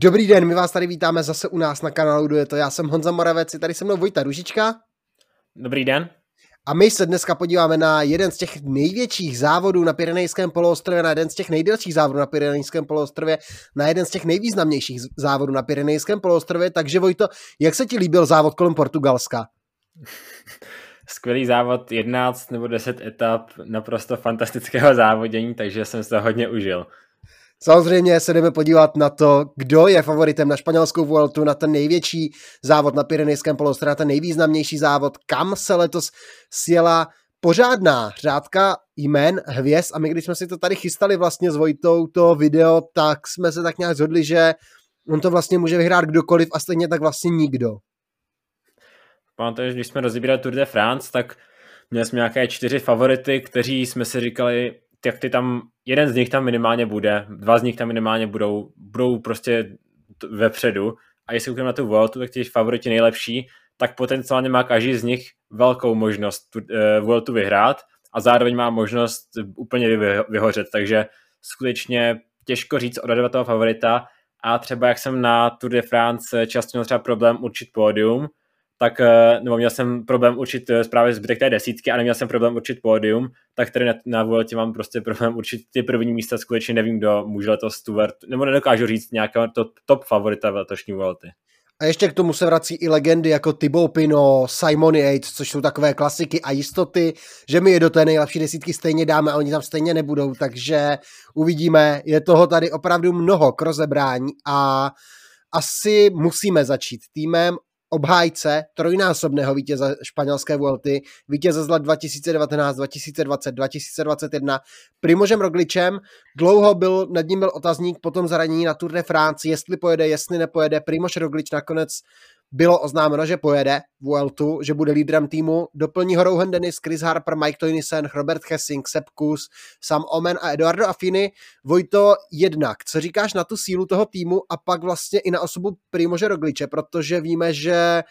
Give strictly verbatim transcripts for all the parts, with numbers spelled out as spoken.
Dobrý den, my vás tady vítáme zase u nás na kanálu Dueto. Já jsem Honza Moravec, je tady se mnou Vojta Ružička. Dobrý den. A my se dneska podíváme na jeden z těch největších závodů na Pyrenejském poloostrově, na jeden z těch nejdelších závodů na Pyrenejském poloostrově, na jeden z těch nejvýznamnějších závodů na Pyrenejském poloostrově. Takže Vojto, jak se ti líbil závod kolem Portugalska? Skvělý závod, jedenáct nebo deset etap, naprosto fantastického závodění, takže jsem se to hodně užil. Samozřejmě se jdeme podívat na to, kdo je favoritem na španělskou Vueltu, na ten největší závod na Pyrenejském poloostrově, na ten nejvýznamnější závod, kam se letos sjela pořádná řádka jmen, hvězd. A my, když jsme si to tady chystali vlastně s Vojtou, to video, tak jsme se tak nějak shodli, že on to vlastně může vyhrát kdokoliv a stejně tak vlastně nikdo. Pamatuješ, když jsme rozebírali Tour de France, tak měli jsme nějaké čtyři favority, kteří jsme si říkali, jak ty tam, jeden z nich tam minimálně bude, dva z nich tam minimálně budou, budou prostě vepředu. A jestli koukneme na tu Vueltu, tak ty favoriti nejlepší, tak potenciálně má každý z nich velkou možnost tu uh, Vueltu vyhrát a zároveň má možnost úplně vy, vyhořet. Takže skutečně těžko říct odhadovat toho favorita. A třeba jak jsem na Tour de France často měl třeba problém určit pódium, tak, nebo měl jsem problém určit právě zbytek té desítky a neměl jsem problém určit pódium, tak tady na, na Vueltě mám prostě problém určit ty první místa, skutečně nevím, kdo může letos tu Vueltu, nebo nedokážu říct nějakého top, top favorita v letošní Vuelty. A ještě k tomu se vrací i legendy jako Thibaut Pinot, Simon Yates, což jsou takové klasiky a jistoty, že my je do té nejlepší desítky stejně dáme a oni tam stejně nebudou, takže uvidíme, je toho tady opravdu mnoho k rozebrání a asi musíme začít týmem obhájce trojnásobného vítěze španělské Vuelty, vítěze z let dva tisíce devatenáct, dva tisíce dvacet, dva tisíce dvacet jedna, Primožem Rogličem. Dlouho byl, nad ním byl otazník po tom zranění na Tour de France, jestli pojede, jestli nepojede. Primož Roglič nakonec bylo oznámeno, že pojede Vueltu, že bude lídrem týmu. Doplní ho Rohan Dennis, Chris Harper, Mike Teunissen, Robert Hessing, Sepp Kuss, Sam Omen a Eduardo Affini. Vojto, jednak, co říkáš na tu sílu toho týmu a pak vlastně i na osobu Primože Rogliče, protože víme, že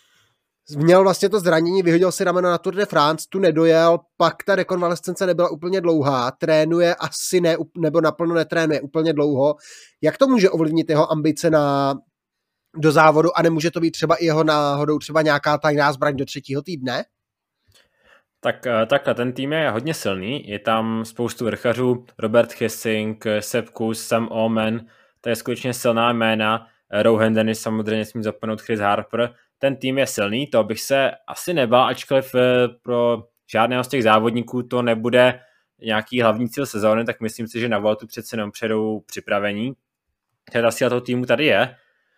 měl vlastně to zranění, vyhodil si rameno na Tour de France, tu nedojel, pak ta rekonvalescence nebyla úplně dlouhá, trénuje asi ne, nebo naplno netrénuje úplně dlouho. Jak to může ovlivnit jeho ambice na do závodu a nemůže to být třeba i jeho náhodou třeba nějaká tajná zbraň do třetího týdne? Tak takhle, ten tým je hodně silný, je tam spoustu vrchařů, Robert Hessing, Sepp Kuss, Sam Omen, to je skutečně silná jména, Rohan Dennis, samozřejmě smím zapomenout Chris Harper, ten tým je silný, to bych se asi nebál, ačkoliv pro žádného z těch závodníků to nebude nějaký hlavní cíl sezóny, tak myslím si, že na Vueltu přece jenom předou připravení. Ta síla toho týmu tady je.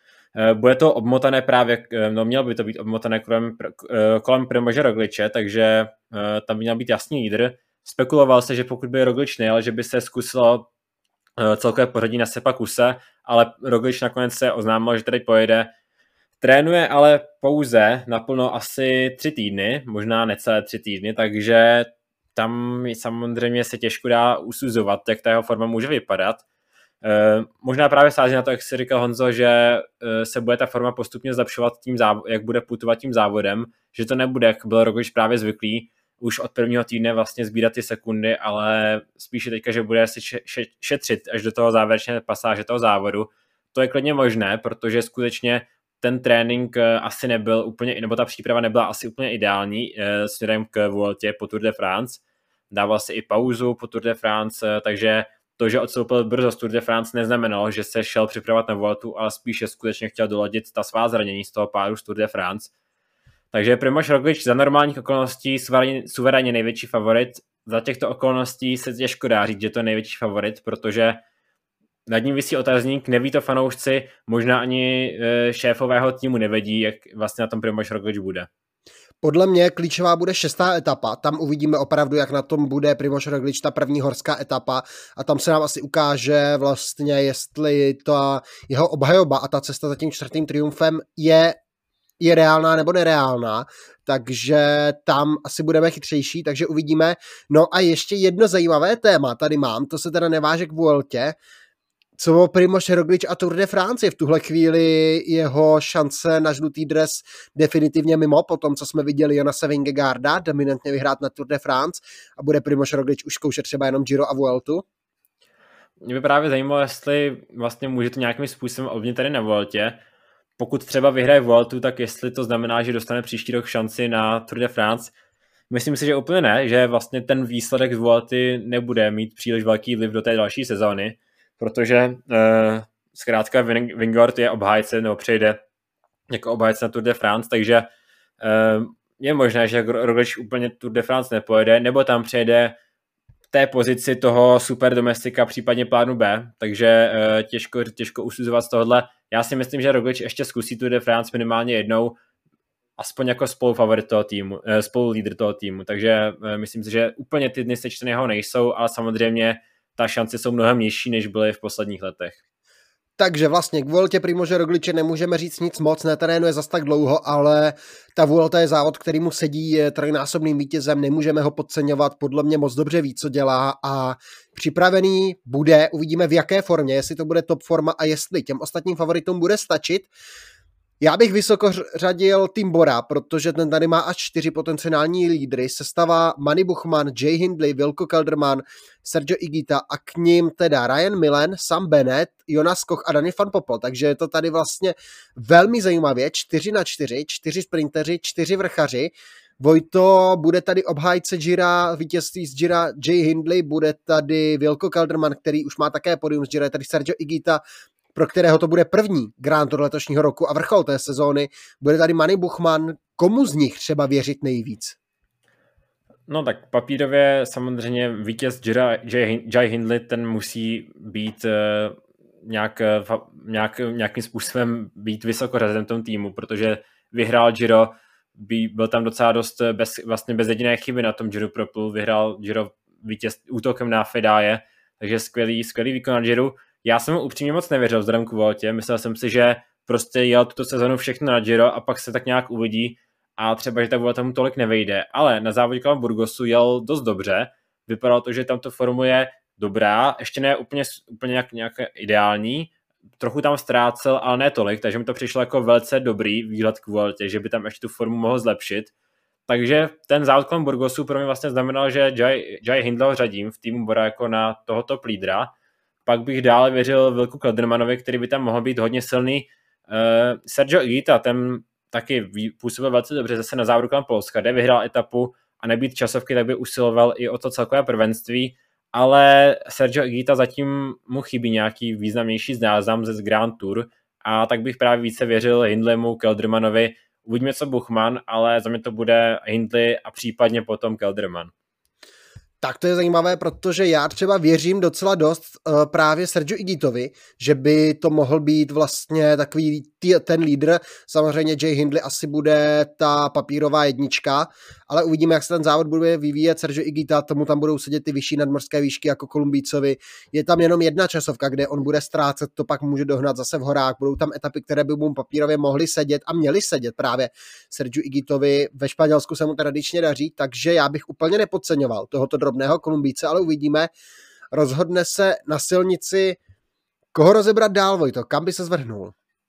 Bude to obmotané právě, no mělo by to být obmotané kolem, kolem Primože Rogliče, takže tam by měl být jasný lídr. Spekuloval se, že pokud by Roglič nejel, že by se zkusilo celkové pořadí na Seppa Kusse, ale Roglič nakonec se oznámil, že tady pojede. Trénuje ale pouze naplno asi tři týdny, možná necelé tři týdny, takže tam samozřejmě se těžko dá usuzovat, jak ta jeho forma může vypadat. Uh, možná právě sází na to, jak jsi říkal Honzo, že uh, se bude ta forma postupně zlepšovat tím závo- jak bude putovat tím závodem, že to nebude, jak byl Roglič právě zvyklý, už od prvního týdne vlastně sbírat ty sekundy, ale spíše teďka, že bude si še- šetřit až do toho závěrečné pasáže toho závodu. To je klidně možné, protože skutečně ten trénink uh, asi nebyl úplně, nebo ta příprava nebyla asi úplně ideální uh, směrem k Vueltě po Tour de France. Dával si i pauzu po Tour de France, uh, takže to, že odstoupil brzo z Tour de France, neznamenalo, že se šel připravovat na Vueltu, ale spíše skutečně chtěl doladit ta svá zranění z toho pádu z Tour de France. Takže Primož Roglič za normálních okolností suverénně největší favorit. Za těchto okolností se těžko dá říct, že to je největší favorit, protože nad ním visí otazník, neví to fanoušci, možná ani šéfového týmu nevědí, jak vlastně na tom Primož Roglič bude. Podle mě klíčová bude šestá etapa, tam uvidíme opravdu, jak na tom bude Primož Roglič, ta první horská etapa a tam se nám asi ukáže vlastně, jestli ta jeho obhajoba a ta cesta za tím čtvrtým triumfem je, je reálná nebo nereálná, takže tam asi budeme chytřejší, takže uvidíme. No a ještě jedno zajímavé téma tady mám, to se teda neváže k Vueltě, co Primož Roglič a Tour de France je v tuhle chvíli jeho šance na žlutý dres definitivně mimo, po tom, co jsme viděli Jonase Vingegaarda dominantně vyhrát na Tour de France a bude Primož Roglič už zkoušet třeba jenom Giro a Vueltu? mě by právě zajímalo, jestli vlastně může to nějakým způsobem ovlivnit tady na Vueltě. Pokud třeba vyhraje Vueltu, tak jestli to znamená, že dostane příští rok šanci na Tour de France. Myslím si, že úplně ne, že vlastně ten výsledek z Vuelty nebude mít příliš velký vliv do té další sezóny, protože uh, zkrátka Vingegaard je obhájce, nebo přejde jako obhájce na Tour de France, takže uh, je možné, že Roglič úplně Tour de France nepojede, nebo tam přejde té pozici toho super domestika, případně plánu B, takže uh, těžko, těžko usuzovat z tohohle. Já si myslím, že Roglič ještě zkusí Tour de France minimálně jednou, aspoň jako spolufavorit toho týmu, uh, spolulídr toho týmu, takže uh, myslím si, že úplně ty dny sečteného nejsou, ale samozřejmě ta šance jsou mnohem nižší, než byly v posledních letech. Takže vlastně k Vueltě Primože Rogliče nemůžeme říct nic moc, netrénuje zas tak dlouho, ale ta Vuelta je závod, který mu sedí, je trojnásobným vítězem, nemůžeme ho podceňovat, podle mě moc dobře ví, co dělá a připravený bude, uvidíme v jaké formě, jestli to bude top forma a jestli těm ostatním favoritům bude stačit. Já bych vysoko řadil tým Bora, protože ten tady má až čtyři potenciální lídry. Sestava Mani Buchmann, Jay Hindley, Wilco Kelderman, Sergio Higuita a k ním teda Ryan Millen, Sam Bennett, Jonas Koch a Danny van Poppel. Takže je to tady vlastně velmi zajímavě. čtyři na čtyři, čtyři sprinteři, čtyři vrchaři. Vojto, bude tady obhájce Gira, vítězství z Gira Jay Hindley, bude tady Wilco Kelderman, který už má také podium z Gira, je tady Sergio Higuita, pro kterého to bude první Grand Tour letošního roku a vrchol té sezóny. Bude tady Mani Buchmann. Komu z nich třeba věřit nejvíc? No tak papírově samozřejmě vítěz Gira, Jay Hindley, ten musí být uh, nějak, uh, nějak, nějakým způsobem být vysoko řazen v tom týmu, protože vyhrál Giro, by, byl tam docela dost bez, vlastně bez jediné chyby na tom Giro proplul, vyhrál Giro vítěz útokem na Fedaje, takže skvělý, skvělý výkon na Giro. Já jsem mu upřímně moc nevěřil vzhledem k Vueltě, myslel jsem si, že prostě jel tuto sezonu všechno na Giro a pak se tak nějak uvidí a třeba, že ta Vuelta mu tolik nevejde, ale na závodě kolem Burgosu jel dost dobře, vypadalo to, že tam to formu je dobrá, ještě ne úplně, úplně nějak, nějak ideální, trochu tam ztrácel, ale ne tolik, takže mi to přišlo jako velice dobrý výhled k Vueltě, že by tam ještě tu formu mohl zlepšit. Takže ten závod kolem Burgosu pro mě vlastně znamenal, že Jay, Jay Hindley řadím v týmu Bora jako na toho top lídra. Pak bych dále věřil Wilku Keldermanovi, který by tam mohl být hodně silný. Uh, Sergio Higuita, ten taky působil velice dobře zase na závodu kolem Polska, kde vyhrál etapu a nebýt časovky, tak by usiloval i o to celkové prvenství, ale Sergio Higuita zatím mu chybí nějaký významnější záznam ze Grand Tour a tak bych právě více věřil Hindleymu, Keldermanovi. Uvidíme, co Buchmann, ale za mě to bude Hindley a případně potom Kelderman. Tak to je zajímavé, protože já třeba věřím docela dost uh, právě Sergio Higuitovi, že by to mohl být vlastně takový tý, ten lídr. Samozřejmě Jay Hindley asi bude ta papírová jednička, ale uvidíme, jak se ten závod bude vyvíjet. Sergio Higuita, tomu tam budou sedět ty vyšší nadmořské výšky jako Kolumbícovi. Je tam jenom jedna časovka, kde on bude ztrácet, to pak může dohnat zase v horách. Budou tam etapy, které by mu papírově mohly sedět a měly sedět právě Sergio Higuitovi. Ve Španělsku se mu tradičně daří, takže já bych úplně nepodceňoval tohoto drobného Kolumbíce, ale uvidíme. Rozhodne se na silnici, koho rozebrat dál, Vojto, kam by se zvrhnul?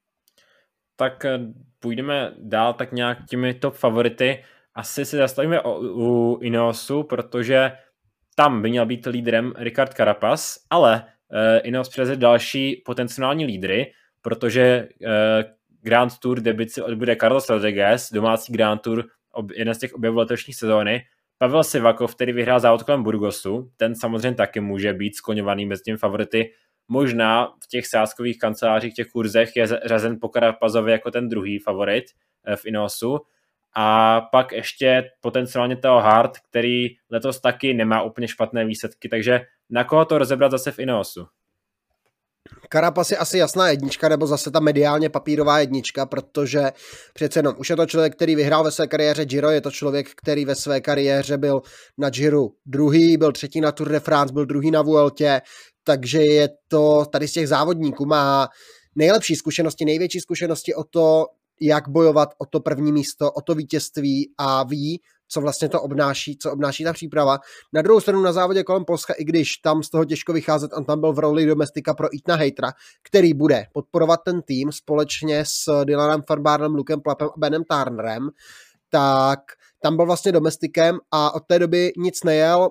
Tak půjdeme dál tak nějak těmi top favority. Asi si zastavíme u, u Ineosu, protože tam by měl být lídrem Ricard Carapaz, ale uh, Ineos převze další potenciální lídry, protože uh, Grand Tour debut si odbude Carlos Rodriguez, domácí Grand Tour, ob, jeden z těch objevů letošní sezóny. Pavel Sivakov, který vyhrál závod kolem Burgosu, ten samozřejmě taky může být skloňovaný mezi těmi favority. Možná v těch sázkových kancelářích, těch kurzech je řazen po Carapazovi jako ten druhý favorit v Ineosu. A pak ještě potenciálně Theo Hart, který letos taky nemá úplně špatné výsledky, takže na koho to rozebrat zase v Ineosu? Carapaz je asi jasná jednička, nebo zase ta mediálně papírová jednička, protože přece jenom už je to člověk, který vyhrál ve své kariéře Giro, je to člověk, který ve své kariéře byl na Giru druhý, byl třetí na Tour de France, byl druhý na Vueltě, takže je to tady z těch závodníků, má nejlepší zkušenosti, největší zkušenosti o to, jak bojovat o to první místo, o to vítězství a ví, co vlastně to obnáší, co obnáší ta příprava. Na druhou stranu na závodě kolem Polska, i když tam z toho těžko vycházet, on tam byl v roli domestika pro Etna Haytera, který bude podporovat ten tým společně s Dylanem van Baarlem, Lukem Plapem a Benem Turnerem, tak tam byl vlastně domestikem a od té doby nic nejel.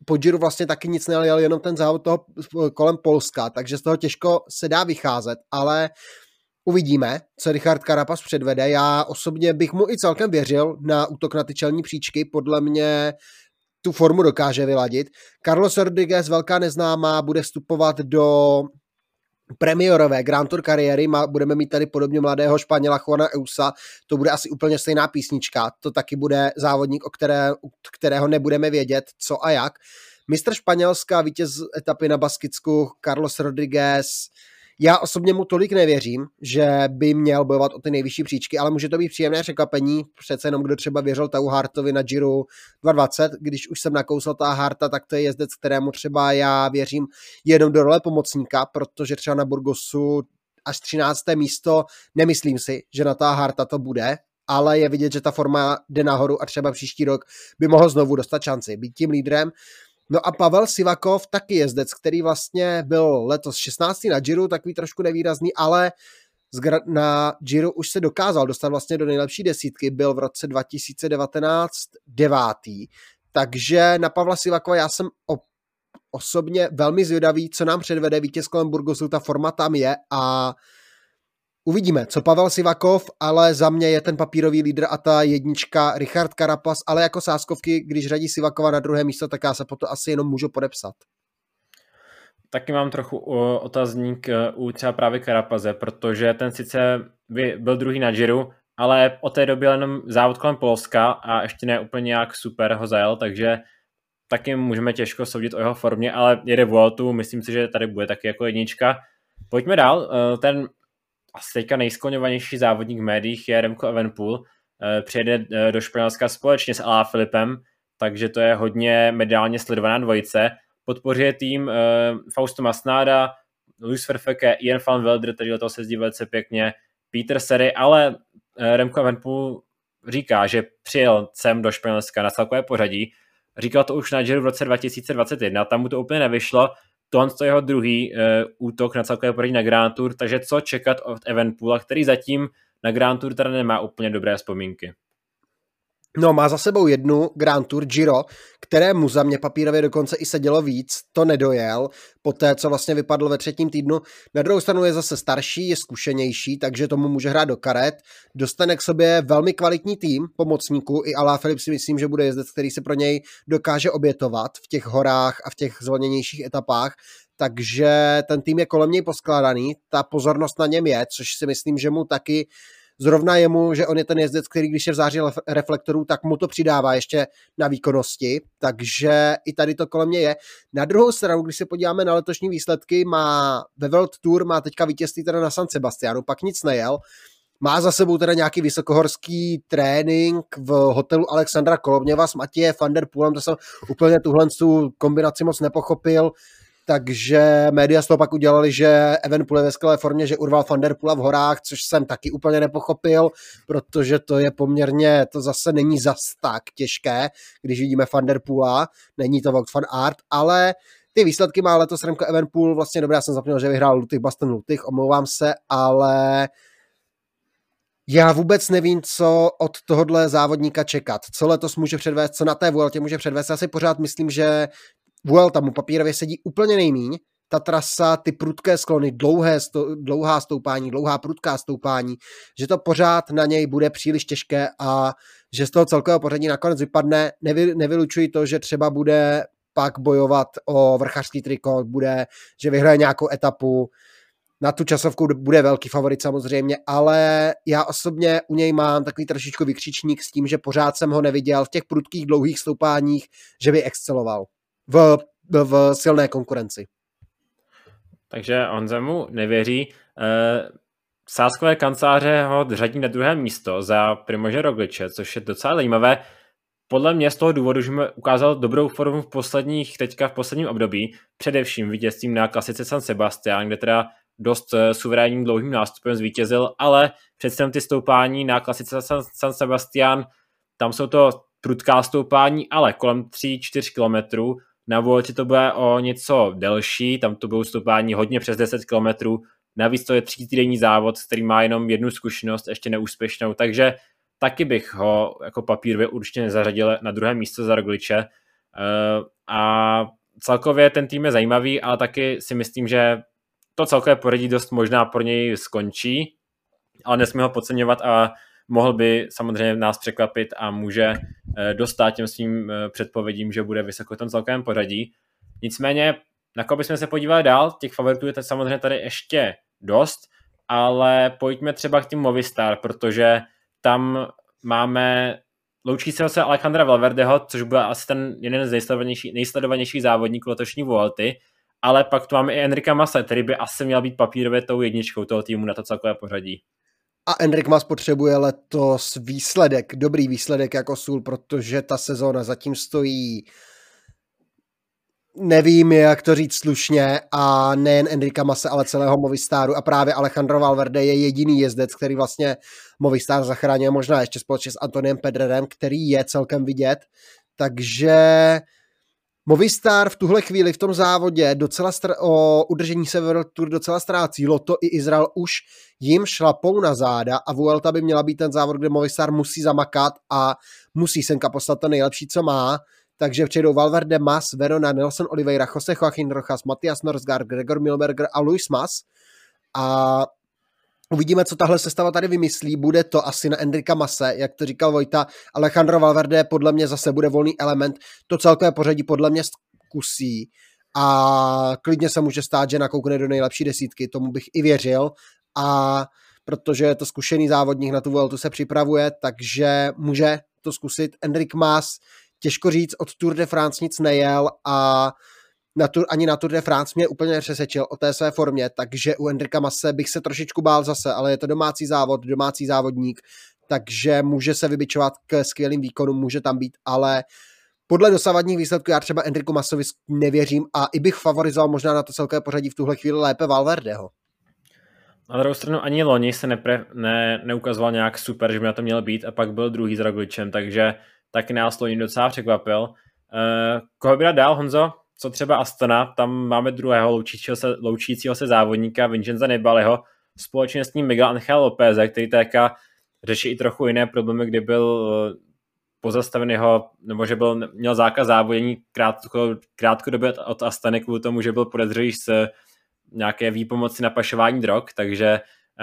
po Giro vlastně taky nic nejel, jenom ten závod toho kolem Polska, takže z toho těžko se dá vycházet, ale uvidíme, co Richard Carapaz předvede. Já osobně bych mu i celkem věřil na útok na ty čelní příčky, podle mě tu formu dokáže vyladit. Carlos Rodriguez, velká neznámá, bude vstupovat do premiérové Grand Tour kariéry, má, budeme mít tady podobně mladého Španěla Juana Eusa, to bude asi úplně stejná písnička, to taky bude závodník, o které, kterého nebudeme vědět, co a jak. Mistr Španělska, vítěz etapy na Baskicku, Carlos Rodriguez, já osobně mu tolik nevěřím, že by měl bojovat o ty nejvyšší příčky, ale může to být příjemné překvapení, přece jenom kdo třeba věřil Tau Hartovi na Giro dva tisíce dvacet, když už jsem nakousl Tau Harta, tak to je jezdec, kterému třeba já věřím jenom do role pomocníka, protože třeba na Burgosu až třinácté místo, nemyslím si, že na Tau Harta to bude, ale je vidět, že ta forma jde nahoru a třeba příští rok by mohl znovu dostat šanci být tím lídrem. No a Pavel Sivakov, taky jezdec, který vlastně byl letos šestnáctý na Giro, takový trošku nevýrazný, ale na Giro už se dokázal dostat vlastně do nejlepší desítky, byl v roce dva tisíce devatenáct devátý. Takže na Pavla Sivakova já jsem o, osobně velmi zvědavý, co nám předvede vítěz kolem Burgosu, ta forma tam je a uvidíme, co Pavel Sivakov, ale za mě je ten papírový lídr a ta jednička Richard Carapaz, ale jako sázkovky, když řadí Sivakova na druhé místo, tak já se po to asi jenom můžu podepsat. Taky mám trochu otazník u třeba právě Carapaze, protože ten sice byl druhý na Giro, ale od té doby jenom závod kolem Polska a ještě ne úplně nějak super ho zajel, takže taky můžeme těžko soudit o jeho formě, ale jede Vueltu, myslím si, že tady bude taky jako jednička. Pojďme dál, ten asi teďka nejskloňovanější závodník v médiích je Remco Evenepoel, přijede do Španělska společně s Alaphilippem, takže to je hodně mediálně sledovaná dvojice. Podpoří tým Fausto Masnada, Luis Verfeke, Ian van Wilder, který letos se jezdí velice pěkně, Peter Sery, ale Remco Evenepoel říká, že přijel sem do Španělska na celkové pořadí. Říkal to už na Giro v roce dva tisíce dvacet jedna, tam mu to úplně nevyšlo. Tohle je jeho druhý uh, útok na celkové pořadí na Grand Tour, takže co čekat od Evenepoela, který zatím na Grand Tour teda nemá úplně dobré vzpomínky. No, má za sebou jednu Grand Tour Giro, kterému za mě papírově dokonce i sedělo víc, to nedojel, poté, co vlastně vypadl ve třetím týdnu. Na druhou stranu je zase starší, je zkušenější, takže tomu může hrát do karet. Dostane k sobě velmi kvalitní tým pomocníků, i Alaphilippe si myslím, že bude jezdec, který se pro něj dokáže obětovat v těch horách a v těch zvolněnějších etapách, takže ten tým je kolem něj poskládaný, ta pozornost na něm je, což si myslím, že mu taky zrovna jemu, že on je ten jezdec, který když je v září reflektorů, tak mu to přidává ještě na výkonnosti, takže i tady to kolem mě je. Na druhou stranu, když se podíváme na letošní výsledky, má ve World Tour, má teďka vítězství teda na San Sebastianu, pak nic nejel, má za sebou teda nějaký vysokohorský trénink v hotelu Alexandra Kolovněva s Matěje van der Poelem, to jsem úplně tuhle kombinaci moc nepochopil, takže média z toho pak udělali, že Evenepoel je ve skvělé formě, že urval Van der Poela v horách, což jsem taky úplně nepochopil, protože to je poměrně, to zase není zas tak těžké, když vidíme Van der Poela, není to Wout van Aert, ale ty výsledky má letos Remco Evenepoel vlastně dobré, já jsem zapomněl, že vyhrál Lutych Bastogne Lutych, omlouvám se, ale já vůbec nevím, co od tohohle závodníka čekat, co letos může předvést, co na té Vueltě může předvést, já si pořád myslím, že Vuelta mu papírově sedí úplně nejmíň, ta trasa, ty prudké sklony, dlouhé, sto, dlouhá stoupání, dlouhá prudká stoupání, že to pořád na něj bude příliš těžké a že z toho celkového pořadí nakonec vypadne, nevy, nevylučuji to, že třeba bude pak bojovat o vrchařský triko, bude, že vyhraje nějakou etapu, na tu časovku bude velký favorit samozřejmě, ale já osobně u něj mám takový trošičku vykřičník s tím, že pořád jsem ho neviděl v těch prudkých dlouhých stoupáních, že by exceloval v, v, v silné konkurenci. Takže Honza mu nevěří. E, sázkové kanceláře ho řadí na druhé místo za Primože Rogliče, což je docela zajímavé. Podle mě z toho důvodu, že mi ukázal dobrou formu v posledních, teďka v posledním období, především vítězstvím na klasice San Sebastián, kde teda dost suverénním dlouhým nástupem zvítězil, ale přece ty stoupání na klasice San, San Sebastián, tam jsou to prudká stoupání, ale kolem tři čtyři kilometrů. Na Vueltě to bude o něco delší, tam to budou stoupání hodně přes deset kilometrů. Navíc to je třítýdenní závod, který má jenom jednu zkušenost, ještě neúspěšnou, takže taky bych ho jako papírově určitě nezařadil na druhé místo za Rogliče. a celkově ten tým je zajímavý, ale taky si myslím, že to celkové pořadí dost možná pro něj skončí, ale nesmí ho podceňovat a mohl by samozřejmě nás překvapit a může dostat těm svým předpovědím, že bude vysoko v tom celkovém pořadí. Nicméně, na koho bychom se podívali dál, těch favoritů je samozřejmě tady ještě dost, ale pojďme třeba k tím Movistar, protože tam máme loučícího se Alejandra Valverdeho, což byl asi ten jeden z nejsledovanějších, nejsledovanějších závodníků letošní Vuelty, ale pak tu máme i Enrika Mase, který by asi měl být papírově tou jedničkou toho týmu na to celkové pořadí. A Enric Mas potřebuje letos výsledek, dobrý výsledek jako sůl, protože ta sezóna zatím stojí, nevím, jak to říct slušně, a nejen Enrica Mase, ale celého Movistaru, a právě Alejandro Valverde je jediný jezdec, který vlastně Movistar zachránil, možná ještě společně s Antoniem Pedrerem, který je celkem vidět, takže Movistar v tuhle chvíli v tom závodě docela str- o udržení se World Tour docela ztrácí. Lotto i Izrael už jim šlapou na záda a Vuelta by měla být ten závod, kde Movistar musí zamakat a musí senka poslat to nejlepší, co má. Takže přijedou Valverde, Mas, Verona, Nelson Oliveira, Jose Joaquín Rojas, Matthias Norsgaard, Gregor Milberger a Luis Mas. A uvidíme, co tahle sestava tady vymyslí. Bude to asi na Enrica Mase, jak to říkal Vojta. Alejandro Valverde podle mě zase bude volný element. To celkové pořadí podle mě zkusí. A klidně se může stát, že nakoukne do nejlepší desítky. Tomu bych i věřil. A protože je to zkušený závodník, na tu Vueltu se připravuje, takže může to zkusit. Enric Mas, těžko říct, od Tour de France nic nejel a na tour, ani na Tour de France mě úplně nepřesvědčil o té své formě, takže u Enrica Mase bych se trošičku bál zase, ale je to domácí závod, domácí závodník, takže může se vybičovat k skvělým výkonům, může tam být, ale podle dosavadních výsledků já třeba Enricu Masovi nevěřím a i bych favorizoval možná na to celké pořadí v tuhle chvíli lépe Valverdeho. Na druhou stranu ani loni se nepre, ne, neukazoval nějak super, že by na to měl být, a pak byl druhý s Rogličem, takže taky nás loni docela překvapil. Uh, koho by dál, Honzo? Co třeba Astana? Tam máme druhého loučícího se, loučícího se závodníka Vincenza Nibaliho, společně s ním Miguel Angel López, který teďka řeší i trochu jiné problémy, kdy byl pozastaven jeho, nebo že byl, měl zákaz závodění krátko, krátkodobě od Astany kvůli tomu, že byl podezřelý z nějaké výpomoci na pašování drog, takže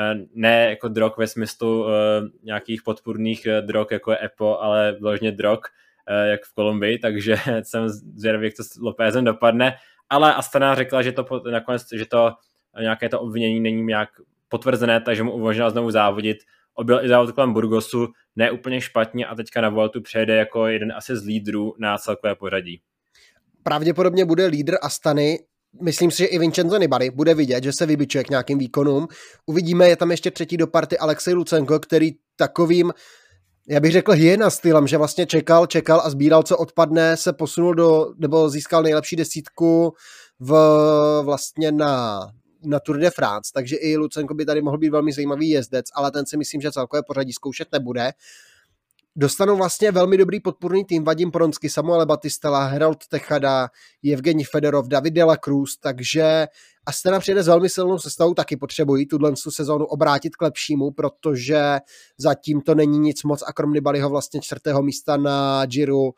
ne jako drog ve smyslu nějakých podpůrných drog, jako je E P O, ale vložně drog, jak v Kolumbii, takže jsem zvědavý, jak to s Lópezem dopadne, ale Astana řekla, že to nakonec, že to nějaké to obvinění není nějak potvrzené, takže mu umožnila znovu závodit. Objel i závod kolem Burgosu, ne úplně špatně, a teďka na Vueltu přejde jako jeden asi z lídrů na celkové pořadí. Pravděpodobně bude lídr Astany. Myslím si, že i Vincenzo Nibali bude vidět, že se vybičuje k nějakým výkonům. Uvidíme, je tam ještě třetí do party Alexej Lucenko, který takovým, já bych řekl, hyena stylem, že vlastně čekal, čekal a sbíral, co odpadne, se posunul do, nebo získal nejlepší desítku v, vlastně na, na Tour de France, takže i Lucenko by tady mohl být velmi zajímavý jezdec, ale ten si myslím, že celkové pořadí zkoušet nebude. Dostanou vlastně velmi dobrý podpůrný tým Vadim Pronsky, Samuel Batistella, Herold Techada, Evgeni Fedorov, David de la Cruz, takže Astana přijede s velmi silnou sestavou, taky potřebují tuhle sezónu obrátit k lepšímu, protože zatím to není nic moc a krom Nibaliho vlastně čtvrtého místa na Giro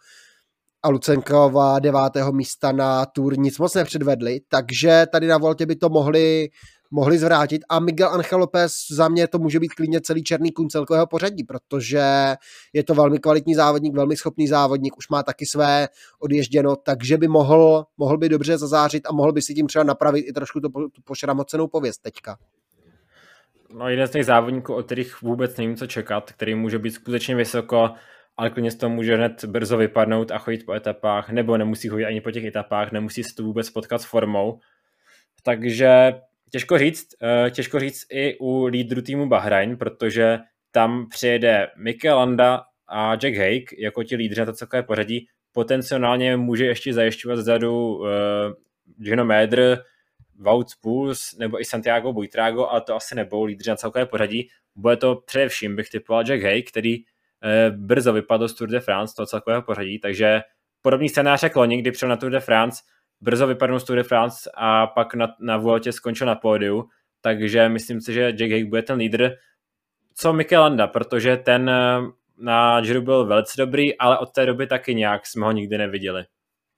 a Lucenkova devátého místa na Tour nic moc nepředvedli, takže tady na Voltě by to mohli mohli zvrátit a Miguel Angel López, za mě to může být klidně celý černý kůň celkového pořadí, protože je to velmi kvalitní závodník, velmi schopný závodník, už má taky své odježděno, takže by mohl, mohl by dobře zazářit a mohl by si tím třeba napravit i trošku tu, tu pošramocenou pověst teďka. No, jeden z těch závodníků, od kterých vůbec nevím, co čekat, který může být skutečně vysoko, ale klidně z toho může hned brzo vypadnout a chodit po etapách, nebo nemusí chodit ani po těch etapách, nemusí se to vůbec potkat s formou. Takže Těžko říct, těžko říct i u lídru týmu Bahrain, protože tam přijede Mikel Landa a Jack Haig jako ti lídři na to celkové pořadí. Potenciálně může ještě zajišťovat zadu uh, Gino Mäder, Wout Poels nebo i Santiago Buitrago, ale to asi nebudou lídři na celkové pořadí. Bude to především, bych typoval, Jack Haig, který uh, brzo vypadl z Tour de France, toho celkového pořadí, takže podobný scénář jako loni, kdy přijel na Tour de France, brzo vypadnul z Tour de France a pak na, na Vueltě skončil na pódiu, takže myslím si, že Jack Haig bude ten lídr. Co Mikel Landa, protože ten na Giro byl velice dobrý, ale od té doby taky nějak jsme ho nikdy neviděli.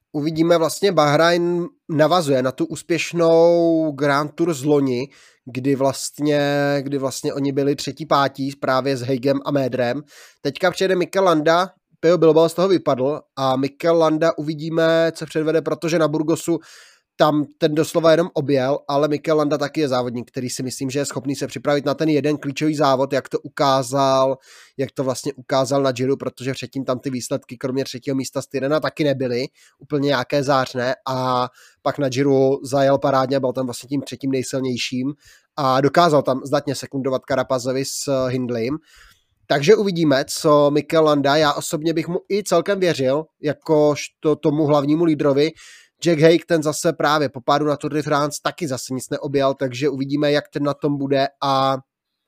uvidíme vlastně Bahrajn navazuje na tu úspěšnou Grand Tour z loni, kdy vlastně, kdy vlastně oni byli třetí pátí právě s Haigem a Médrem. Teďka přijede Mikel Landa, Pello Bilbao z toho vypadl a Mikel Landa uvidíme, co předvede, protože na Burgosu tam ten doslova jenom objel, ale Mikel Landa taky je závodník, který si myslím, že je schopný se připravit na ten jeden klíčový závod, jak to ukázal, jak to vlastně ukázal na Giro, protože předtím tam ty výsledky, kromě třetího místa z Tyrrena, taky nebyly úplně nějaké zářné a pak na Giro zajel parádně, byl tam vlastně tím třetím nejsilnějším a dokázal tam zdatně sekundovat Carapazovi s Hindleym. Takže uvidíme, co Mikel Landa, já osobně bych mu i celkem věřil, jakož to tomu hlavnímu lídrovi. Jack Haig, ten zase právě po pádu na Tour de France taky zase nic neobjel, takže uvidíme, jak ten na tom bude a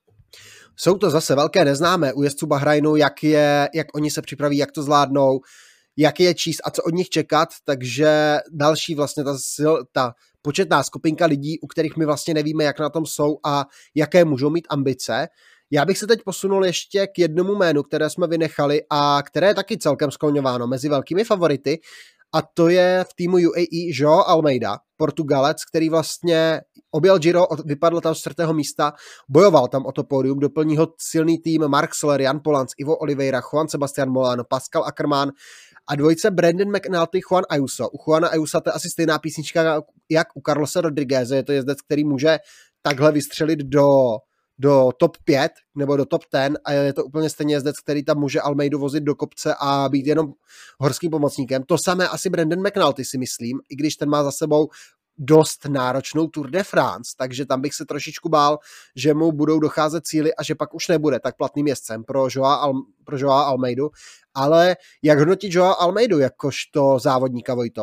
jsou to zase velké neznámé u jezdců Bahrajnu, jak, je, jak oni se připraví, jak to zvládnou, jak je číst a co od nich čekat, takže další vlastně ta, ta početná skupinka lidí, u kterých my vlastně nevíme, jak na tom jsou a jaké můžou mít ambice. Já bych se teď posunul ještě k jednomu jménu, které jsme vynechali a které je taky celkem skloňováno mezi velkými favority, a to je v týmu U A E João Almeida, Portugalec, který vlastně objel Giro, vypadl tam z čtvrtého místa, bojoval tam o to pódium, doplní ho silný tým Mark Soler, Jan Polans, Ivo Oliveira, Juan Sebastian Molano, Pascal Ackermann a dvojice Brandon McNulty, Juan Ayuso. U Juana Ayusa to je asi stejná písnička jak u Carlosa Rodrigueze, je to jezdec, který může takhle vystřelit do do top pět nebo do top deset a je to úplně stejně jezdec, který tam může Almeidu vozit do kopce a být jenom horským pomocníkem. To samé asi Brandon McNulty si myslím, i když ten má za sebou dost náročnou Tour de France, takže tam bych se trošičku bál, že mu budou docházet cíly a že pak už nebude tak platným jezdcem pro Joao, Al- pro Joao Almeidu. Ale jak hodnotit Joao Almeidu jakožto závodníka, Vojto?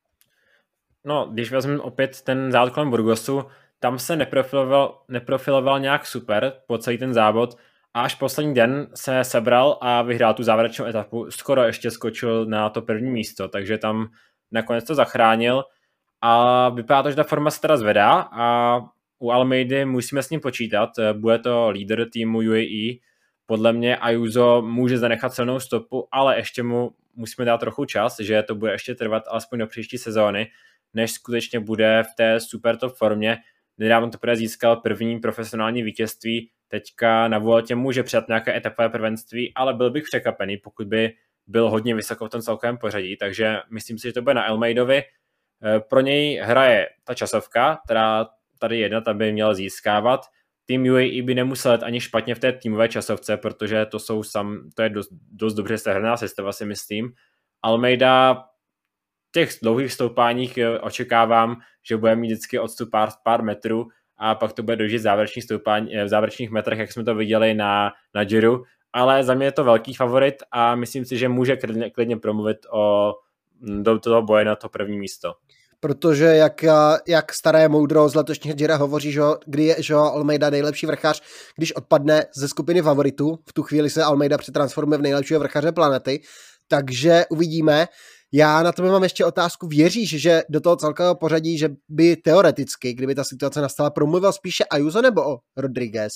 No, když vezmeme opět ten závod kolem Burgosu, tam se neprofiloval, neprofiloval nějak super po celý ten závod a až poslední den se sebral a vyhrál tu závěrečnou etapu. Skoro ještě skočil na to první místo, takže tam nakonec to zachránil a vypadá to, že ta forma se teda zvedá a u Almeidy musíme s ním počítat. Bude to lídr týmu U A E. Podle mě Ayuso může zanechat silnou stopu, ale ještě mu musíme dát trochu čas, že to bude ještě trvat alespoň do příští sezóny, než skutečně bude v té super top formě. Nedávno to prvé získal první profesionální vítězství, teďka na Vueltě může přijat nějaké etapové prvenství, ale byl bych překvapený, pokud by byl hodně vysoko v tom celkovém pořadí, takže myslím si, že to bude na Almeidovi. Pro něj hraje ta časovka, která tady jedna, ta by měla získávat. Tým U A E by nemusel jít ani špatně v té týmové časovce, protože to jsou sam, to je dost, dost dobře sehraná sestava, si myslím. Almeida v těch dlouhých stoupáních očekávám, že bude mít vždycky odstup pár, pár metrů a pak to bude dožít závěrečných stoupání, v závěrečných metrech, jak jsme to viděli na, na Giro, ale za mě je to velký favorit a myslím si, že může klidně, klidně promluvit o, do toho boje na to první místo. Protože jak, jak staré moudro z letošního Gira hovoří, že, kdy je že Almeida nejlepší vrchař, když odpadne ze skupiny favoritů, v tu chvíli se Almeida přetransformuje v nejlepšího vrchaře planety, takže uvidíme. Já na tebe mám ještě otázku. Věříš, že do toho celkového pořadí, že by teoreticky, kdyby ta situace nastala, promluvil spíše Ayuso nebo Rodriguez?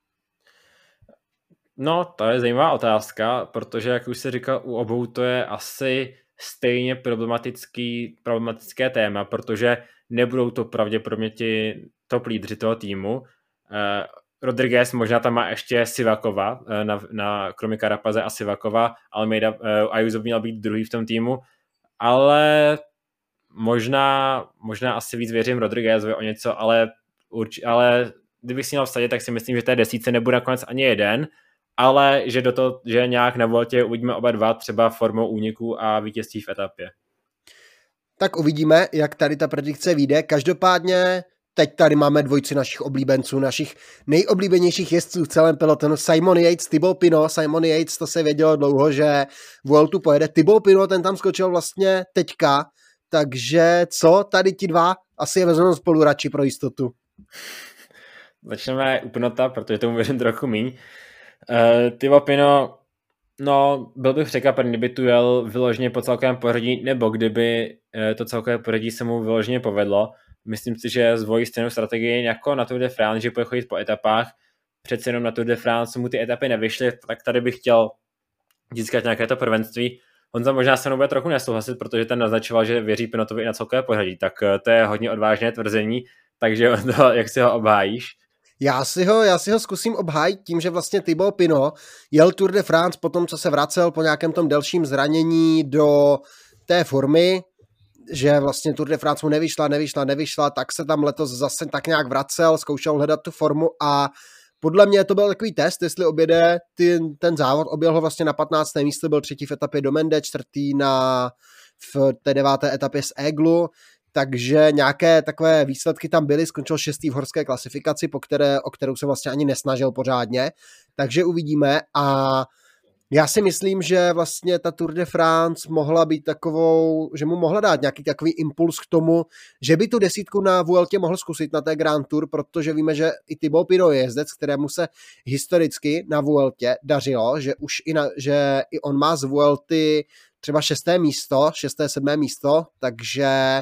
No, to je zajímavá otázka, protože, jak už jsi říkal, u obou to je asi stejně problematický, problematické téma, protože nebudou to pravděpodobně ti top lídři toho týmu. Eh, Rodriguez možná tam má ještě Sivakova, eh, na, na, kromě Carapaze a Sivakova, Almeida, eh, Ayuso měl být druhý v tom týmu, ale možná, možná asi víc věřím Rodriguezovi o něco, ale, urč, ale kdybych si měl vsadit, tak si myslím, že té desíce nebude nakonec ani jeden, ale že do toho, že nějak na Vueltě uvidíme oba dva třeba formou úniku a vítězství v etapě. Tak uvidíme, jak tady ta predikce vyjde. Každopádně teď tady máme dvojici našich oblíbenců, našich nejoblíbenějších jezdců v celém pelotonu. Simon Yates, Thibaut Pinot. Simon Yates, to se vědělo dlouho, že Vueltu pojede. Thibaut Pinot, ten tam skočil vlastně teďka, takže co tady ti dva? Asi je vezmeme spolu radši pro jistotu. Začneme u Pinota, protože tomu věřím trochu míň. Uh, Thibaut Pinot, no, byl bych překvapen, kdyby tu jel vyloženě po celkovém pořadí, nebo kdyby uh, to celkové pořadí se mu vyloženě povedlo. Myslím si, že zvolí stejnou strategii jako na Tour de France, že bude chodit po etapách. Přece jenom na Tour de France mu ty etapy nevyšly, tak tady bych chtěl získat nějaké to prvenství. Honza možná se mnou bude trochu nesouhlasit, protože ten naznačoval, že věří Pinotovi i na celkové pořadí, tak to je hodně odvážné tvrzení, takže to, jak si ho obhájíš? Já si ho, já si ho zkusím obhájit tím, že vlastně Thibaut Pinot jel Tour de France po tom, co se vracel po nějakém tom delším zranění do té formy, že vlastně Tour de France mu nevyšla, nevyšla, nevyšla, tak se tam letos zase tak nějak vracel, zkoušel hledat tu formu a podle mě to byl takový test, jestli objede ty, ten závod, objel ho vlastně na patnácté místo, byl třetí v etapě do Mende, čtvrtý na, v té deváté etapě z Églu, takže nějaké takové výsledky tam byly, skončil šestý v horské klasifikaci, po které, o kterou se vlastně ani nesnažil pořádně, takže uvidíme a já si myslím, že vlastně ta Tour de France mohla být takovou, že mu mohla dát nějaký takový impuls k tomu, že by tu desítku na Vueltě mohl zkusit na té Grand Tour, protože víme, že i Thibaut Pinot je jezdec, kterému se historicky na Vueltě dařilo, že už i na, že i on má z Vuelty třeba šesté místo, šesté, sedmé místo, takže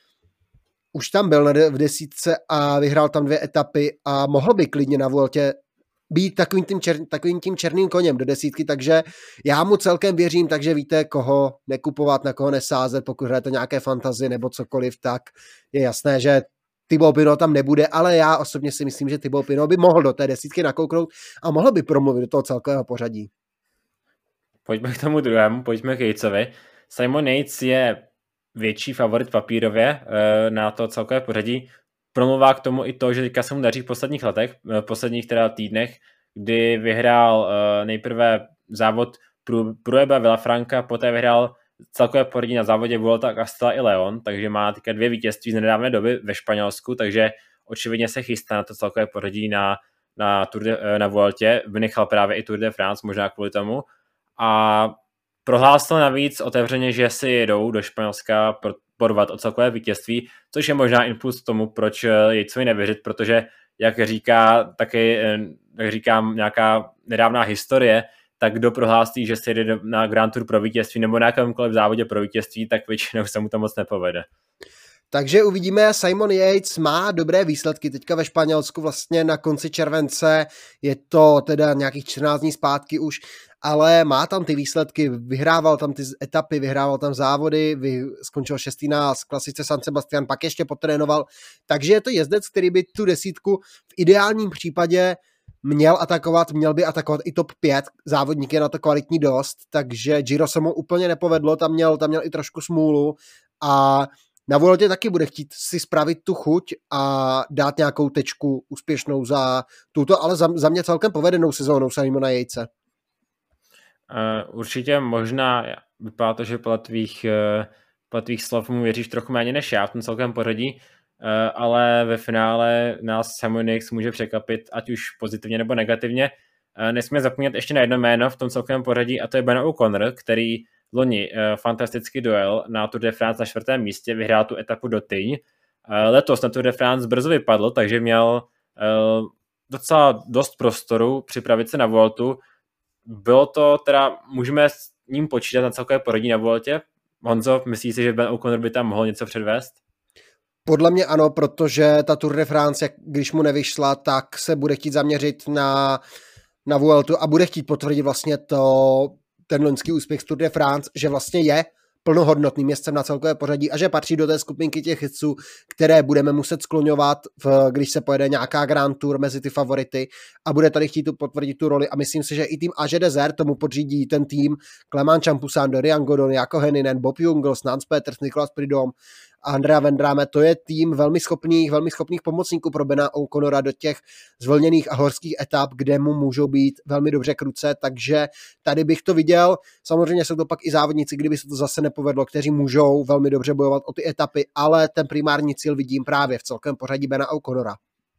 už tam byl v desítce a vyhrál tam dvě etapy a mohl by klidně na Vueltě být takovým tím, čer, takovým tím černým koněm do desítky, takže já mu celkem věřím, takže víte, koho nekupovat, na koho nesázet, pokud hrajete nějaké fantazie nebo cokoliv, tak je jasné, že Thibaut Pinot tam nebude, ale já osobně si myslím, že Thibaut Pinot by mohl do té desítky nakouknout a mohl by promluvit do toho celkového pořadí. Pojďme k tomu druhému, pojďme k Yatesovi. Simon Yates je větší favorit papírově na to celkové pořadí. Promluvá k tomu i to, že teďka se mu daří v posledních letech, v posledních teda týdnech, kdy vyhrál nejprve závod Prueba Villafranca, poté vyhrál celkové pořadí na závodě Vuelta Castella i León, takže má teďka dvě vítězství z nedávné doby ve Španělsku, takže očividně se chystá na to celkové pořadí na, na, Tour de, na Vueltě, vynechal právě i Tour de France, možná kvůli tomu, a prohlásil navíc otevřeně, že si jedou do Španělska porvat o celkové vítězství, což je možná impuls k tomu, proč Yatesovi nevěřit, protože jak říká taky, jak říkám, nějaká nedávná historie, tak kdo prohlásí, že si jede na Grand Tour pro vítězství nebo na jakémkoliv závodě pro vítězství, tak většinou se mu to moc nepovede. Takže uvidíme, Simon Yates má dobré výsledky teďka ve Španělsku, vlastně na konci července, je to teda nějakých čtrnáct dní zpátky už, ale má tam ty výsledky, vyhrával tam ty etapy, vyhrával tam závody, vy, skončil šestý na klasice San Sebastian, pak ještě potrénoval, takže je to jezdec, který by tu desítku v ideálním případě měl atakovat, měl by atakovat i top pět, závodník je na to kvalitní dost, takže Giro se mu úplně nepovedlo, tam měl, tam měl i trošku smůlu a na Vueltě taky bude chtít si spravit tu chuť a dát nějakou tečku úspěšnou za tuto, ale za, za mě celkem povedenou sezónou Simona Yatese. Uh, určitě možná, vypadá to, že podle tvých, uh, podle tvých slov mu věříš trochu méně než já v tom celkem pořadí, uh, ale ve finále nás Simon Yates může překvapit, ať už pozitivně nebo negativně. Uh, nesmíme zapomínat ještě na jedno jméno v tom celkem pořadí a to je Ben O'Connor, který loni uh, fantasticky dojel na Tour de France na čtvrtém místě, vyhrál tu etapu do Tyň. Uh, letos na Tour de France brzo vypadl, takže měl uh, docela dost prostoru připravit se na Vueltu. Bylo to teda, můžeme s ním počítat na celkové pořadí na Vueltě? Honzo, myslíš si, že Ben O'Connor by tam mohl něco předvést? Podle mě ano, protože ta Tour de France, jak, když mu nevyšla, tak se bude chtít zaměřit na, na Vueltu a bude chtít potvrdit vlastně to, ten loňský úspěch z Tour de France, že vlastně je plnohodnotným městcem na celkové pořadí a že patří do té skupinky těch jezdců, které budeme muset skloňovat, v, když se pojede nějaká Grand Tour mezi ty favority a bude tady chtít tu potvrdit tu roli a myslím si, že i tým A G Desert tomu podřídí ten tým Clément Champoussin, Dorian Godon, Jako Henninen, Bob Jungels, Nance Peters, Nicolas Prudhomme a Andrea Vendrame, to je tým velmi schopných, velmi schopných pomocníků pro Bena O'Connora do těch zvlněných a horských etap, kde mu můžou být velmi dobře k ruce, takže tady bych to viděl. Samozřejmě jsou to pak i závodníci, kdyby se to zase nepovedlo, kteří můžou velmi dobře bojovat o ty etapy, ale ten primární cíl vidím právě v celkem pořadí Bena O'Connora.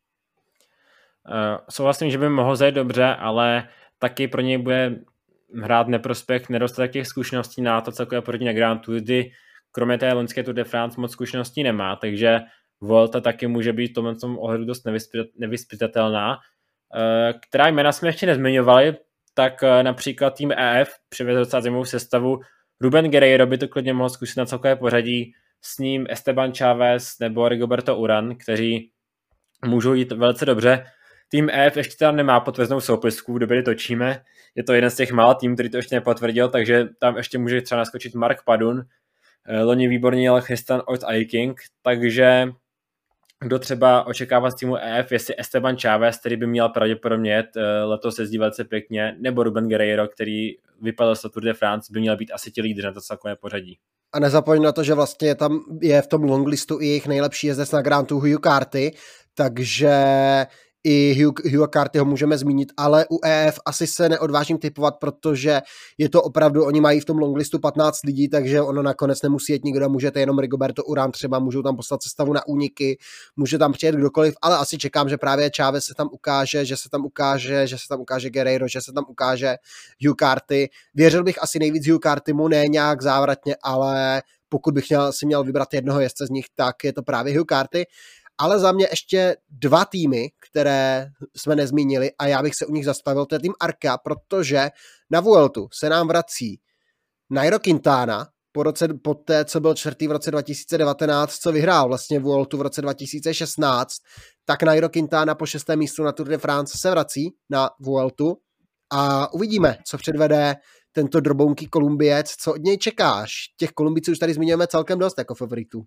Uh, souhlasím, že by mohl zajít dobře, ale taky pro něj bude hrát neprospěch nedostatek těch zkušeností na to celkové pořadí na Grand Tour, kdy kromě té loňské Tour de France moc zkušeností nemá, takže Vuelta taky může být v tomhle ohledu dost nevyspytatelná. Která jména jsme ještě nezmiňovali, tak například tým E F přivezl docela zajímavou sestavu. Ruben Guerreiro by to klidně mohl zkusit na celkové pořadí, s ním Esteban Chávez nebo Rigoberto Urán, kteří můžou jít velice dobře. Tým E F ještě tam nemá potvrzenou soupisku, kdo by točíme. Je to jeden z těch mála týmů, který to ještě nepotvrdil, takže tam ještě může třeba naskočit Mark Padun. Loni výborně jel Christian Oyt-Eiking, takže kdo třeba očekává z týmu E F, jestli Esteban Chávez, který by měl pravděpodobně jet, letos jezdí velice pěkně, nebo Ruben Guerreiro, který vypadl z Tour de France, by měl být asi ti lídr na to celkové pořadí. A nezapomeň na to, že vlastně je tam je v tom longlistu i jejich nejlepší jezdec na Grand Tour Hugh Carty, takže i Hugh, Hugh Cartyho můžeme zmínit, ale u E F asi se neodvážím typovat, protože je to opravdu, oni mají v tom longlistu patnáct lidí, takže ono nakonec nemusí jet nikdo, můžete jenom Rigoberto Urán třeba, můžou tam poslat sestavu na úniky, může tam přijet kdokoliv, ale asi čekám, že právě Chávez se tam ukáže, že se tam ukáže, že se tam ukáže Guerreiro, že se tam ukáže Hugh Carty. Věřil bych asi nejvíc Hugh Cartymu, ne nějak závratně, ale pokud bych měl, si měl vybrat jednoho jezdce z nich, tak je to právě Hugh Carty. Ale za mě ještě dva týmy, které jsme nezmínili a já bych se u nich zastavil, to je tým Arca, protože na Vueltu se nám vrací Nairo Quintana po, roce, po té, co byl čtvrtý v roce dva tisíce devatenáct, co vyhrál vlastně Vueltu v roce dva tisíce šestnáct, tak Nairo Quintana po šestém místu na Tour de France se vrací na Vueltu a uvidíme, co předvede tento drobounký Kolumbiec, co od něj čekáš? Těch Kolumbiců už tady zmiňujeme celkem dost jako favoritů.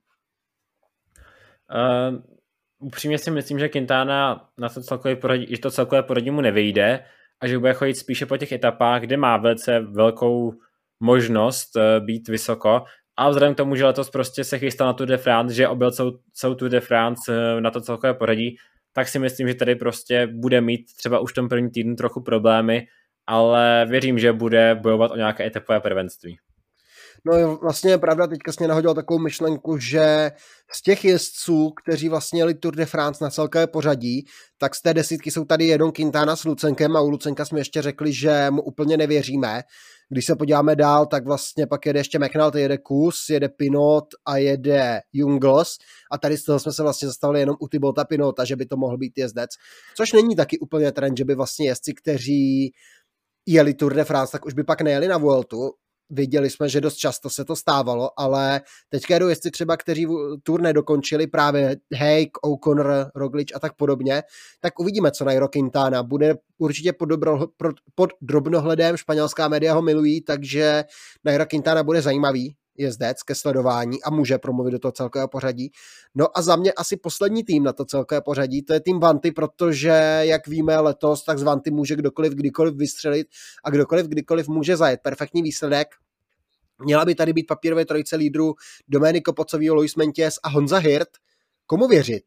Uh, upřímně si myslím, že Quintana na to celkové poradí, že to celkové poradí mu nevyjde a že bude chodit spíše po těch etapách, kde má velice velkou možnost uh, být vysoko a vzhledem k tomu, že letos prostě se chystal na Tour de France, že objel celou, celou Tour de France uh, na to celkové poradí, tak si myslím, že tady prostě bude mít třeba už v tom prvním týdnu trochu problémy, ale věřím, že bude bojovat o nějaké etapové prvenství. No vlastně je pravda, teďka jsi mě nahodil takovou myšlenku, že z těch jezdců, kteří vlastně jeli Tour de France na celkové pořadí, tak z té desítky jsou tady jenom Quintana s Lucenkem a u Lucenka jsme ještě řekli, že mu úplně nevěříme. Když se podíváme dál, tak vlastně pak jede ještě McNulty, jede Kuss, jede Pinot a jede Jungels a tady z toho jsme se vlastně zastavili jenom u Thibauta Pinota, že by to mohl být jezdec, což není taky úplně trend, že by vlastně jezdci, kteří jeli Tour de France, tak už by pak nejeli na Vueltu. Viděli jsme, že dost často se to stávalo, ale teďka jedou jezdci třeba, kteří Tour nedokončili, právě Haig, O'Connor, Roglič a tak podobně, tak uvidíme, co Nairo Quintana. Bude určitě pod, dobro, pod drobnohledem, španělská média ho milují, takže Nairo Quintana bude zajímavý jezdec ke sledování a může promluvit do toho celkového pořadí. No a za mě asi poslední tým na to celkové pořadí, to je tým Vanty, protože jak víme letos, tak z Vanty může kdokoliv kdykoliv vystřelit a kdokoliv kdykoliv může zajet. Perfektní výsledek. Měla by tady být papírové trojice lídrů Domenico Pozzovivo, Luis Meintjes a Honza Hirt. Komu věřit?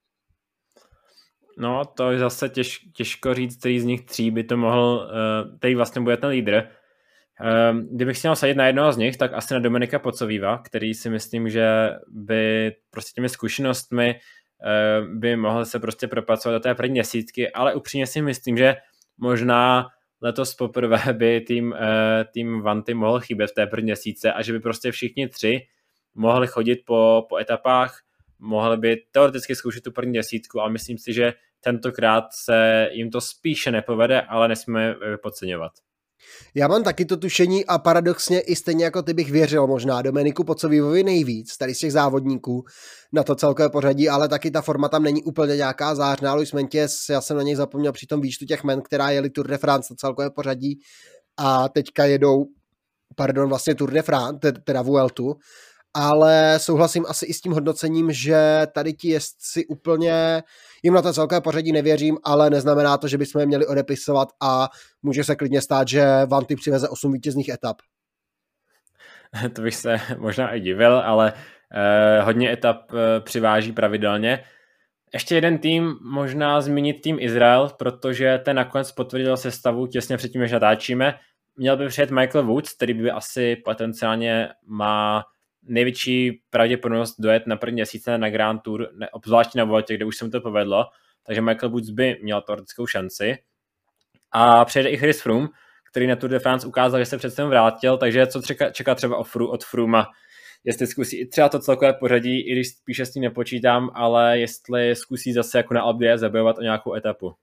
No, to je zase těž, těžko říct, který z nich tří by to mohl, který vlastně bude ten lídr. Kdybych si měl sadit na jednoho z nich, tak asi na Dominika Pozzoviva, který si myslím, že by prostě těmi zkušenostmi by mohl se prostě propracovat do té první desítky, ale upřímně si myslím, že možná letos poprvé by tým, tým Vanty mohl chybět v té první desítce a že by prostě všichni tři mohli chodit po, po etapách, mohli by teoreticky zkoušet tu první desítku, ale myslím si, že tentokrát se jim to spíše nepovede, ale nesmíme podceňovat. Já mám taky to tušení a paradoxně i stejně jako ty bych věřil možná Domeniku Pozzovivovi nejvíc, tady z těch závodníků na to celkové pořadí, ale taky ta forma tam není úplně nějaká zářná. Luis Meintjes, já jsem na něj zapomněl při tom výčtu těch men, která jeli Tour de France na celkové pořadí a teďka jedou, pardon, vlastně Tour de France, teda Vueltu, ale souhlasím asi i s tím hodnocením, že tady ti jezdci úplně, jim na to celkové pořadí nevěřím, ale neznamená to, že bychom je měli odepisovat a může se klidně stát, že Vanty přiveze osm vítězných etap. To bych se možná i divil, ale eh, hodně etap eh, přiváží pravidelně. Ještě jeden tým, možná zmínit tým Izrael, protože ten nakonec potvrdil sestavu těsně předtím, než natáčíme. Měl by přijet Michael Woods, který by asi potenciálně má největší pravděpodobnost dojet na první měsíce na Grand Tour, ne, obzvláště na Vueltě, kde už se mu to povedlo, takže Michael Woods by měl teoretickou šanci. A přijede i Chris Froome, který na Tour de France ukázal, že se přece vrátil, takže co čeká, čeká třeba od Frooma, jestli zkusí i třeba to celkové pořadí, i když spíše s tím nepočítám, ale jestli zkusí zase jako na Alpe d'Huez zabojovat o nějakou etapu.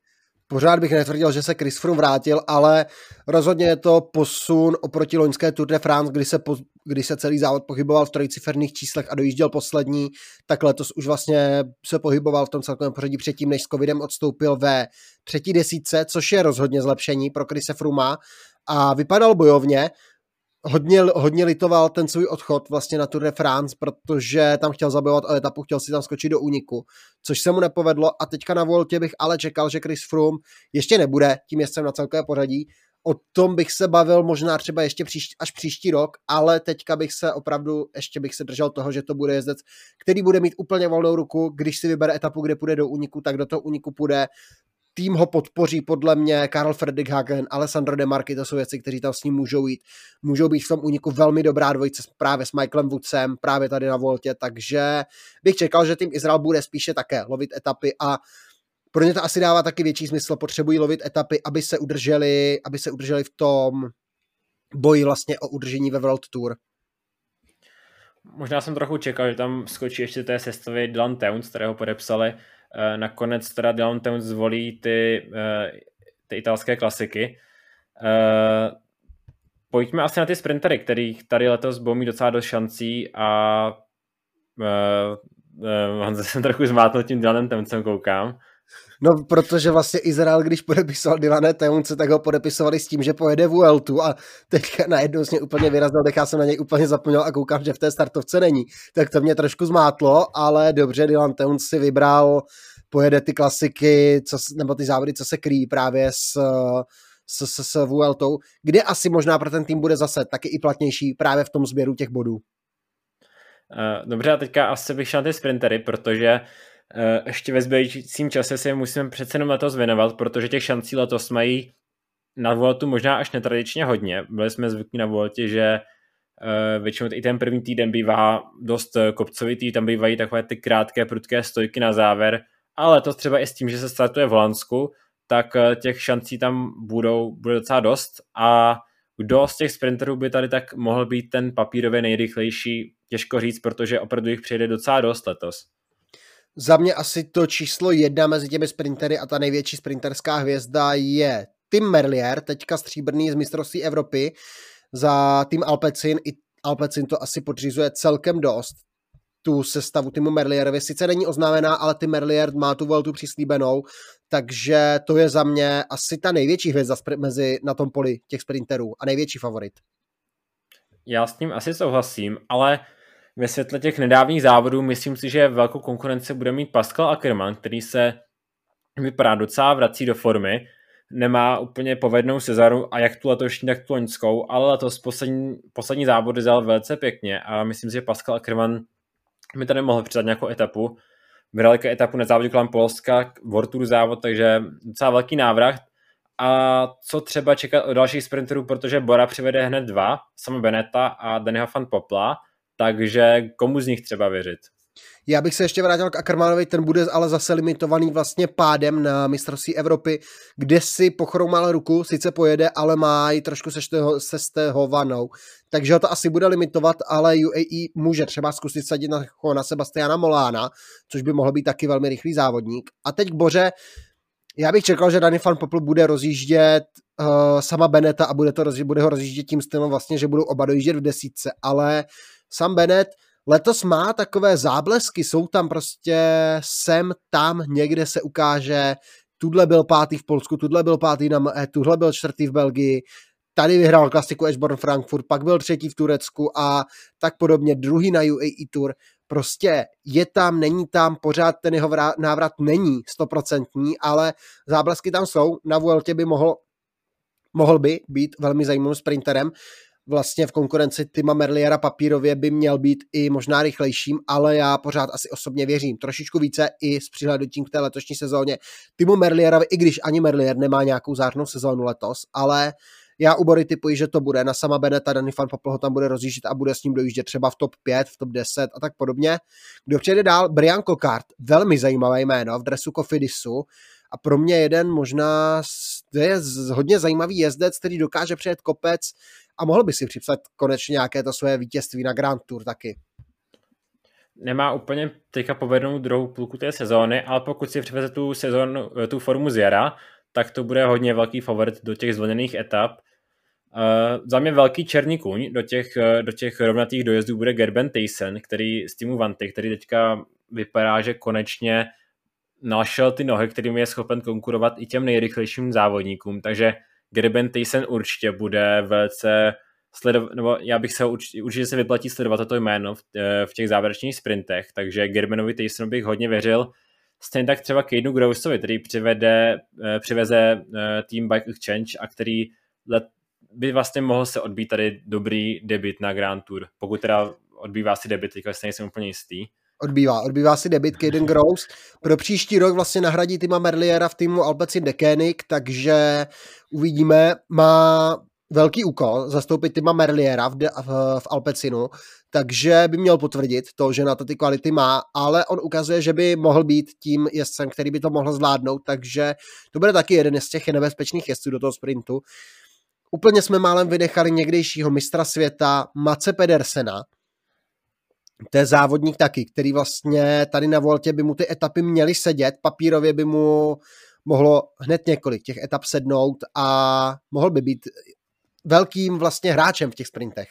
Pořád bych netvrdil, že se Chris Froome vrátil, ale rozhodně je to posun oproti loňské Tour de France, kdy se, po, kdy se celý závod pohyboval v trojciferných číslech a dojížděl poslední, tak letos už vlastně se pohyboval v tom celkovém pořadí předtím, než s covidem odstoupil ve třetí desítce, což je rozhodně zlepšení pro Chrise Frooma a vypadal bojovně. Hodně, hodně litoval ten svůj odchod vlastně na Tour de France, protože tam chtěl zabojovat o etapu, chtěl si tam skočit do úniku, což se mu nepovedlo a teďka na Vueltě bych ale čekal, že Chris Froome ještě nebude tím jezdcem na celkové pořadí. O tom bych se bavil možná třeba ještě příš, až příští rok, ale teďka bych se opravdu, ještě bych se držel toho, že to bude jezdec, který bude mít úplně volnou ruku, když si vybere etapu, kde půjde do úniku, tak do toho úniku půjde. Tým ho podpoří podle mě Karl Fredrik Hagen, Alessandro De Marchi, to jsou věci, kteří tam s ním můžou jít. Můžou být v tom úniku velmi dobrá dvojice právě s Michaelem Woodsem, právě tady na Voltě, takže bych čekal, že tým Izrael bude spíše také lovit etapy a pro ně to asi dává taky větší smysl, potřebují lovit etapy, aby se udrželi, aby se udrželi v tom boji vlastně o udržení ve World Tour. Možná jsem trochu čekal, že tam skočí ještě té sestavy Dylan Teuns, kterého podepsali. Nakonec teda Dylan Teuns zvolí ty, ty italské klasiky. Pojďme asi na ty sprintery, kterých tady letos budou mít docela dost šancí a Honza jsem trochu zmátnul tím Dylanem Teunsem, koukám. No, protože vlastně Izrael, když podepisoval Dylane Teunce, tak ho podepisovali s tím, že pojede Vueltu a teďka najednou mě úplně vyrazil, tak já jsem na něj úplně zapomněl a koukám, že v té startovce není. Tak to mě trošku zmátlo, ale dobře, Dylan Teuns si vybral, pojede ty klasiky, co, nebo ty závody, co se kryjí právě s, s, s, s Vueltou, kde asi možná pro ten tým bude zase taky i platnější právě v tom sběru těch bodů. Dobře, a teďka asi bych šel na ty sprintery, protože ještě ve zbývajícím čase si musíme přece jenom letos věnovat, protože těch šancí letos mají na Vueltu možná až netradičně hodně. Byli jsme zvyklí na Vueltě, že většinou i ten první týden bývá dost kopcovitý, tam bývají takové ty krátké, prudké stojky na závěr, ale to třeba i s tím, že se startuje v Holandsku, tak těch šancí tam budou, bude docela dost a kdo z těch sprinterů by tady tak mohl být ten papírově nejrychlejší, těžko říct, protože opravdu jich přijde docela dost letos. Za mě asi to číslo jedna mezi těmi sprintery a ta největší sprinterská hvězda je Tim Merlier, teďka stříbrný z mistrovství Evropy za tým Alpecin. I Alpecin to asi podřizuje celkem dost, tu sestavu Timu Merlierovi. Sice není oznámená, ale Tim Merlier má tu Vueltu přislíbenou, takže to je za mě asi ta největší hvězda mezi na tom poli těch sprinterů a největší favorit. Já s tím asi souhlasím, ale ve světle těch nedávných závodů myslím si, že velkou konkurenci bude mít Pascal Ackermann, který se vypadá docela vrací do formy. Nemá úplně povednou sezonu a jak tu letošní, tak tu loňskou, ale letos poslední, poslední závody vzal velice pěkně a myslím si, že Pascal Ackermann by tady mohl přidat nějakou etapu. Vydal etapu na závodě kolem Polska, World Tour závod, takže docela velký návrat. A co třeba čekat od dalších sprinterů, protože Bora přivede hned dva, Sama Beneta a Daniela van Poppela, takže komu z nich třeba věřit? Já bych se ještě vrátil k Ackermannovi, ten bude ale zase limitovaný vlastně pádem na mistrovství Evropy, kde si pochroumal ruku, sice pojede, ale má ji trošku sestehovanou. Takže ho to asi bude limitovat, ale U A E může třeba zkusit sadit na, na Sebastiana Molána, což by mohl být taky velmi rychlý závodník. A teď k Boře, já bych čekal, že Dani van Poppel bude rozjíždět uh, Sama Beneta a bude, to rozjí, bude ho rozjíždět tím stylem vlastně, že budou oba dojíždět v desítce, ale Sam Bennett letos má takové záblesky, jsou tam prostě sem, tam, někde se ukáže, tudle byl pátý v Polsku, tudle byl pátý na Mé, tudle byl čtvrtý v Belgii, tady vyhrál klasiku Eschborn Frankfurt, pak byl třetí v Turecku a tak podobně, druhý na U A E Tour. Prostě je tam, není tam, pořád ten jeho návrat není stoprocentní, ale záblesky tam jsou, na Vueltě by mohl, mohl by být velmi zajímavým sprinterem. Vlastně v konkurenci Tima Merliera papírově by měl být i možná rychlejším, ale já pořád asi osobně věřím trošičku více i s přihlédnutím k té letošní sezóně Timu Merlierovi, i když ani Merlier nemá nějakou zářnou sezónu letos, ale já u Bory typuji, že to bude na Sama Beneta, Dani van Poppel ho tam bude rozjíždět a bude s ním dojíždět třeba v top pět, v top deset a tak podobně. Kdo přijde dál? Brian Cockart, velmi zajímavé jméno v dresu Cofidisu a pro mě jeden možná je hodně zajímavý jezdec, který dokáže přijet kopec a mohl by si připsat konečně nějaké to své vítězství na Grand Tour taky. Nemá úplně teďka povedenou druhou půlku té sezóny, ale pokud si přiveze tu sezónu, tu formu z jara, tak to bude hodně velký favorit do těch zvolněných etap. Uh, za mě velký černý kůň do těch, do těch rovnatých dojezdů bude Gerben Thijssen, který z týmu Vanty, který teďka vypadá, že konečně našel ty nohy, kterým je schopen konkurovat i těm nejrychlejším závodníkům, takže Gerben Thijssen určitě bude velice sledovat, nebo já bych se určitě, určitě se vyplatí sledovat toto jméno v, v těch závěrečných sprintech, takže Gerbenovi Thijssenu bych hodně věřil. Stejně tak třeba Cadenu Grossovi, který přivede, přiveze tým Bike Exchange a který let, by vlastně mohl se odbít tady dobrý debut na Grand Tour, pokud teda odbývá si debut, teďka se nejsem úplně jistý. Odbývá, odbývá si debut Caden Gross. Pro příští rok vlastně nahradí Tima Merliera v týmu Alpecin Deceuninck, takže uvidíme, má velký úkol zastoupit Tima Merliera v, de, v, v Alpecinu, takže by měl potvrdit to, že na to ty kvality má, ale on ukazuje, že by mohl být tím jezdcem, který by to mohl zvládnout, takže to bude taky jeden z těch nebezpečných jezdců do toho sprintu. Úplně jsme málem vydechali někdejšího mistra světa Matse Pedersena. To je závodník taky, který vlastně tady na Vueltě by mu ty etapy měly sedět, papírově by mu mohlo hned několik těch etap sednout a mohl by být velkým vlastně hráčem v těch sprintech.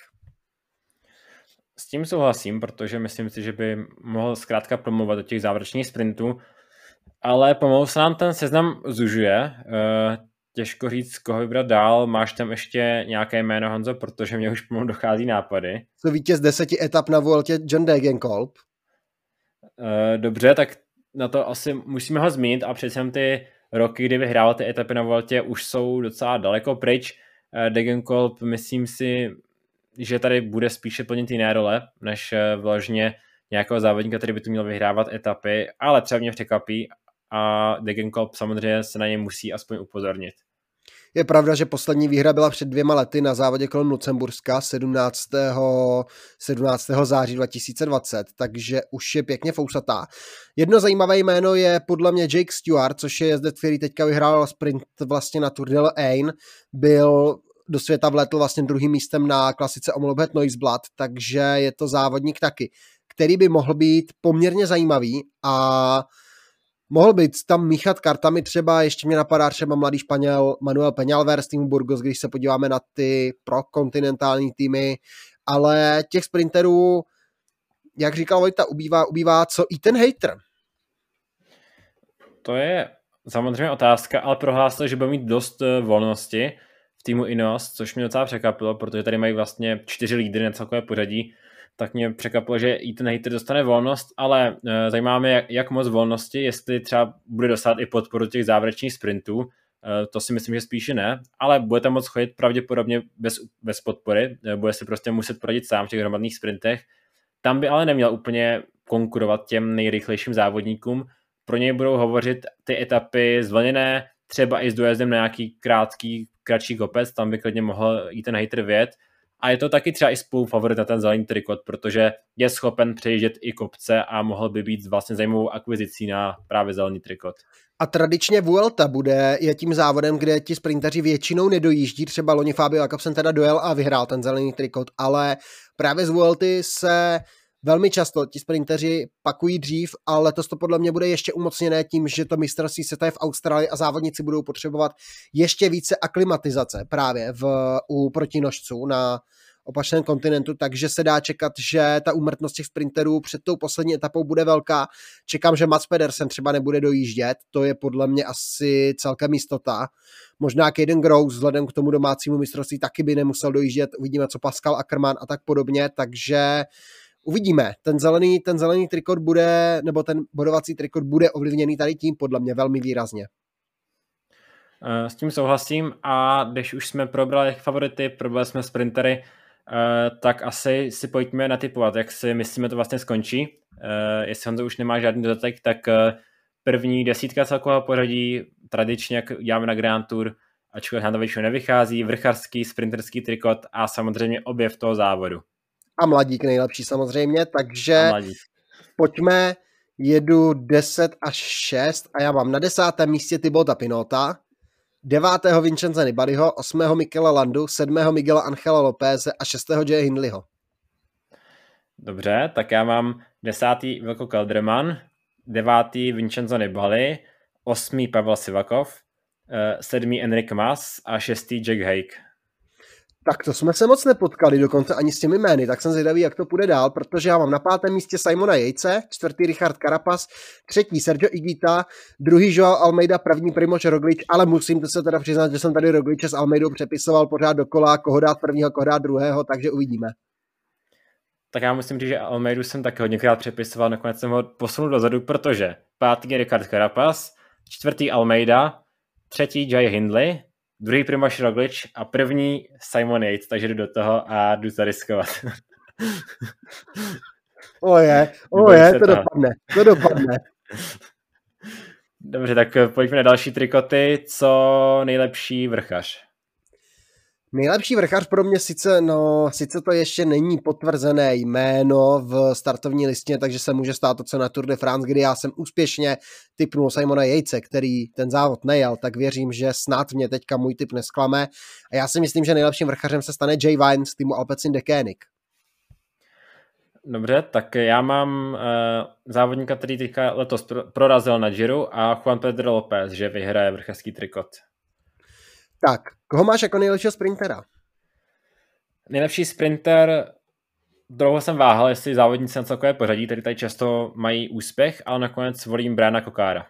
S tím souhlasím, protože myslím si, že by mohl zkrátka promluvat do těch závěrečných sprintů, ale pomalu se nám ten seznam zužuje. Těžko říct, koho vybrat dál. Máš tam ještě nějaké jméno, Honzo, protože mě už pomalu dochází nápady. Co vítěz deseti etap na Vueltě John Degenkolb. Dobře, tak na to asi musíme ho zmínit a přece ty roky, kdy vyhrával ty etapy na Vueltě, už jsou docela daleko pryč. Degenkolb, myslím si, že tady bude spíše plnit jiné role, než vložně nějakého závodníka, který by tu měl vyhrávat etapy, ale třeba mě překvapí a Degenkolb samozřejmě se na ně musí aspoň upozornit. Je pravda, že poslední výhra byla před dvěma lety na závodě kolem Lucemburska sedmnáctého září dva tisíce dvacet, takže už je pěkně fousatá. Jedno zajímavé jméno je podle mě Jake Stewart, což je jezdec, který teďka vyhrál sprint vlastně na Tour de l'Ain, byl do světa vletl vlastně druhým místem na klasice Omloop Noisblad, takže je to závodník taky, který by mohl být poměrně zajímavý a mohl být tam míchat kartami, třeba ještě mě napadá třeba mladý Španěl Manuel Peñalver z týmu Burgos, když se podíváme na ty prokontinentální týmy, ale těch sprinterů, jak říkal Vojta, ubývá, ubývá co i ten Hayter. To je samozřejmě otázka, ale prohlásil, že bude mít dost volnosti v týmu Ineos, což mě docela překvapilo, protože tady mají vlastně čtyři lídry na celkové pořadí, tak mě překvapilo, že i ten Hayter dostane volnost, ale e, zajímá mě, jak, jak moc volnosti, jestli třeba bude dostat i podporu těch závěrečných sprintů, e, to si myslím, že spíše ne, ale bude tam moc chodit pravděpodobně bez, bez podpory, e, bude si prostě muset poradit sám v těch hromadných sprintech. Tam by ale neměl úplně konkurovat těm nejrychlejším závodníkům, pro něj budou hovořit ty etapy zvlněné, třeba i s dojezdem na nějaký krátký, kratší kopec, tam by klidně mohl i ten Hayter vyjet. A je to taky třeba i spolufavorit na ten zelený trikot, protože je schopen přejíždět i kopce a mohl by být vlastně zajímavou akvizicí na právě zelený trikot. A tradičně Vuelta bude je tím závodem, kde ti sprinteři většinou nedojíždí. Třeba loni Fabio Jakobsen teda dojel a vyhrál ten zelený trikot, ale právě z Vuelty se velmi často ti sprinteři pakují dřív, ale letos to podle mě bude ještě umocněné tím, že to mistrovství světa je v Austrálii a závodníci budou potřebovat ještě více aklimatizace právě v, u protinožců na opačném kontinentu, takže se dá čekat, že ta úmrtnost těch sprinterů před tou poslední etapou bude velká. Čekám, že Mats Pedersen třeba nebude dojíždět, to je podle mě asi celkem jistota. Možná Caden Gross vzhledem k tomu domácímu mistrovství taky by nemusel dojíždět, uvidíme co Pascal Ackermann a tak podobně, takže uvidíme. Ten zelený, ten zelený trikot bude, nebo ten bodovací trikot bude ovlivněný tady tím podle mě velmi výrazně. S tím souhlasím a když už jsme probrali favority, probrali jsme sprintery, tak asi si pojďme natipovat, jak si myslíme to vlastně skončí. Jestli Honzo už nemá žádný dodatek, tak první desítka celkového pořadí, tradičně jak děláme na Grand Tour, ačkoliv nám to většinou nevychází, vrcharský, sprinterský trikot a samozřejmě objev toho závodu. A mladík nejlepší samozřejmě, takže pojďme, jedu deset až šest a já mám na desátém místě Thibauta Pinota, devátého Vincenza Nibaliho, osmého Michela Landu, sedmého Miguela Angela Lopéze a šestého Jaya Hindleyho. Dobře, tak já mám desátý Wilco Kelderman, devátý Vincenzo Nibali, osmý Pavel Sivakov, sedmý Enric Mas a šestý Jack Haig. Tak to jsme se moc nepotkali dokonce ani s těmi jmény, tak jsem zvědavý, jak to půjde dál, protože já mám na pátém místě Simona Yatese, čtvrtý Richard Carapaz, třetí Sergio Higuita, druhý Joao Almeida, první Primož Roglič, ale musím to se teda přiznat, že jsem tady Rogliče s Almeidou přepisoval pořád dokola, koho dát prvního, koho dát druhého, takže uvidíme. Tak já musím říct, že Almeidu jsem taky hodněkrát přepisoval, nakonec jsem ho posunul dozadu, protože pátý Richard Carapaz, čtvrtý Almeida, třetí Jay Hindley, druhý Primož Roglič a první Simon Yates, takže jdu do toho a jdu zariskovat. Oje, oje, to dopadne, to dopadne. Dobře, tak pojďme na další trikoty. Co nejlepší vrchař? Nejlepší vrchař pro mě sice, no, sice to ještě není potvrzené jméno v startovní listině, takže se může stát to, co na Tour de France, kdy já jsem úspěšně tipnul Simona Yatese, který ten závod nejel, tak věřím, že snad mě teďka můj tip nesklame. A já si myslím, že nejlepším vrchařem se stane Jay Vine z týmu Alpecin Deceuninck. Dobře, tak já mám uh, závodníka, který teďka letos prorazil na Giro a Juan Pedro López, že vyhraje vrchařský trikot. Tak, koho máš jako nejlepšího sprintera? Nejlepší sprinter, dlouho jsem váhal, jestli závodníci na celkové pořadí, který tady často mají úspěch, ale nakonec volím Briana Coccara.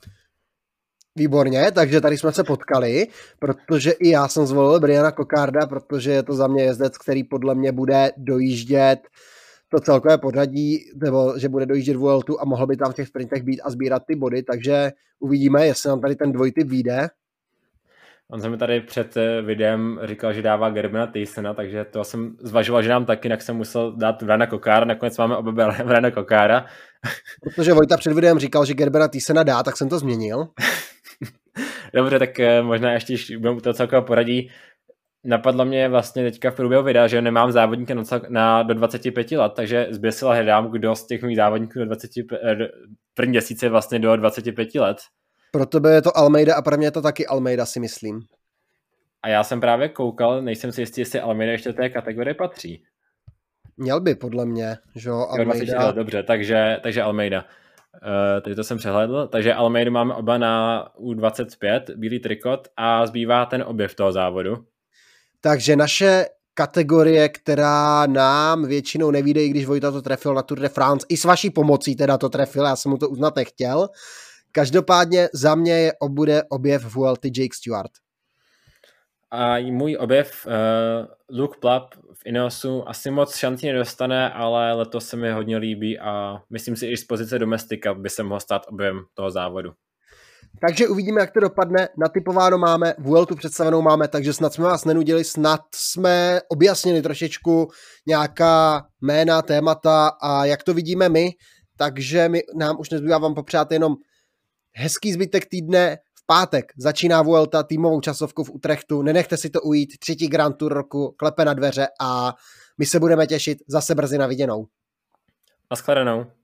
Výborně, takže tady jsme se potkali, protože i já jsem zvolil Briana Coccarda, protože je to za mě jezdec, který podle mě bude dojíždět to celkové pořadí, nebo že bude dojíždět Vueltu a mohl by tam v těch sprintech být a sbírat ty body, takže uvidíme, jestli nám tady ten dvojtyp vyjde. On se mi tady před videem říkal, že dává Gerbena Thysena, takže to jsem zvažoval, že nám taky, jinak jsem musel dát Briana Coccara, nakonec máme oba Briana Coccara. Protože Vojta před videem říkal, že Gerbena Thysena dá, tak jsem to změnil. Dobře, tak možná ještě, když budeme u toho celkového poradí, napadlo mě vlastně teďka v průběhu videa, že nemám závodníka na, na do dvacet pět let, takže zběsila hledám, kdo z těch mých závodníků do dvacet pět, první desíce vlastně do dvacet pět let. Pro tebe je to Almeida a pro mě je to taky Almeida, si myslím. A já jsem právě koukal, nejsem si jistý, jestli Almeida ještě do té kategorie patří. Měl by, podle mě, že jo, Almeida. Let, dobře, takže, takže Almeida. Uh, teď to jsem přehlédl. Takže Almeidu máme oba na U dvacet pět, bílý trikot a zbývá ten objev toho závodu. Takže naše kategorie, která nám většinou nevíde, i když Vojta to trefil na Tour de France, i s vaší pomocí teda to trefil, já jsem mu to uznat nechtěl. Každopádně za mě je bude objev Vuelty Jake Stewart. A můj objev uh, Luke Plapp v Ineosu asi moc šancí nedostane, ale letos se mi hodně líbí a myslím si, i z pozice domestika by se mohl stát objem toho závodu. Takže uvidíme, jak to dopadne. Natypováno máme, Vueltu představenou máme, takže snad jsme vás nenudili, snad jsme objasnili trošičku nějaká jména, témata a jak to vidíme my, takže my, nám už nezbývá vám popřát jenom hezký zbytek týdne. V pátek začíná Vuelta týmovou časovku v Utrechtu, nenechte si to ujít, třetí Grand Tour roku, klepe na dveře a my se budeme těšit zase brzy na viděnou. Naschledanou.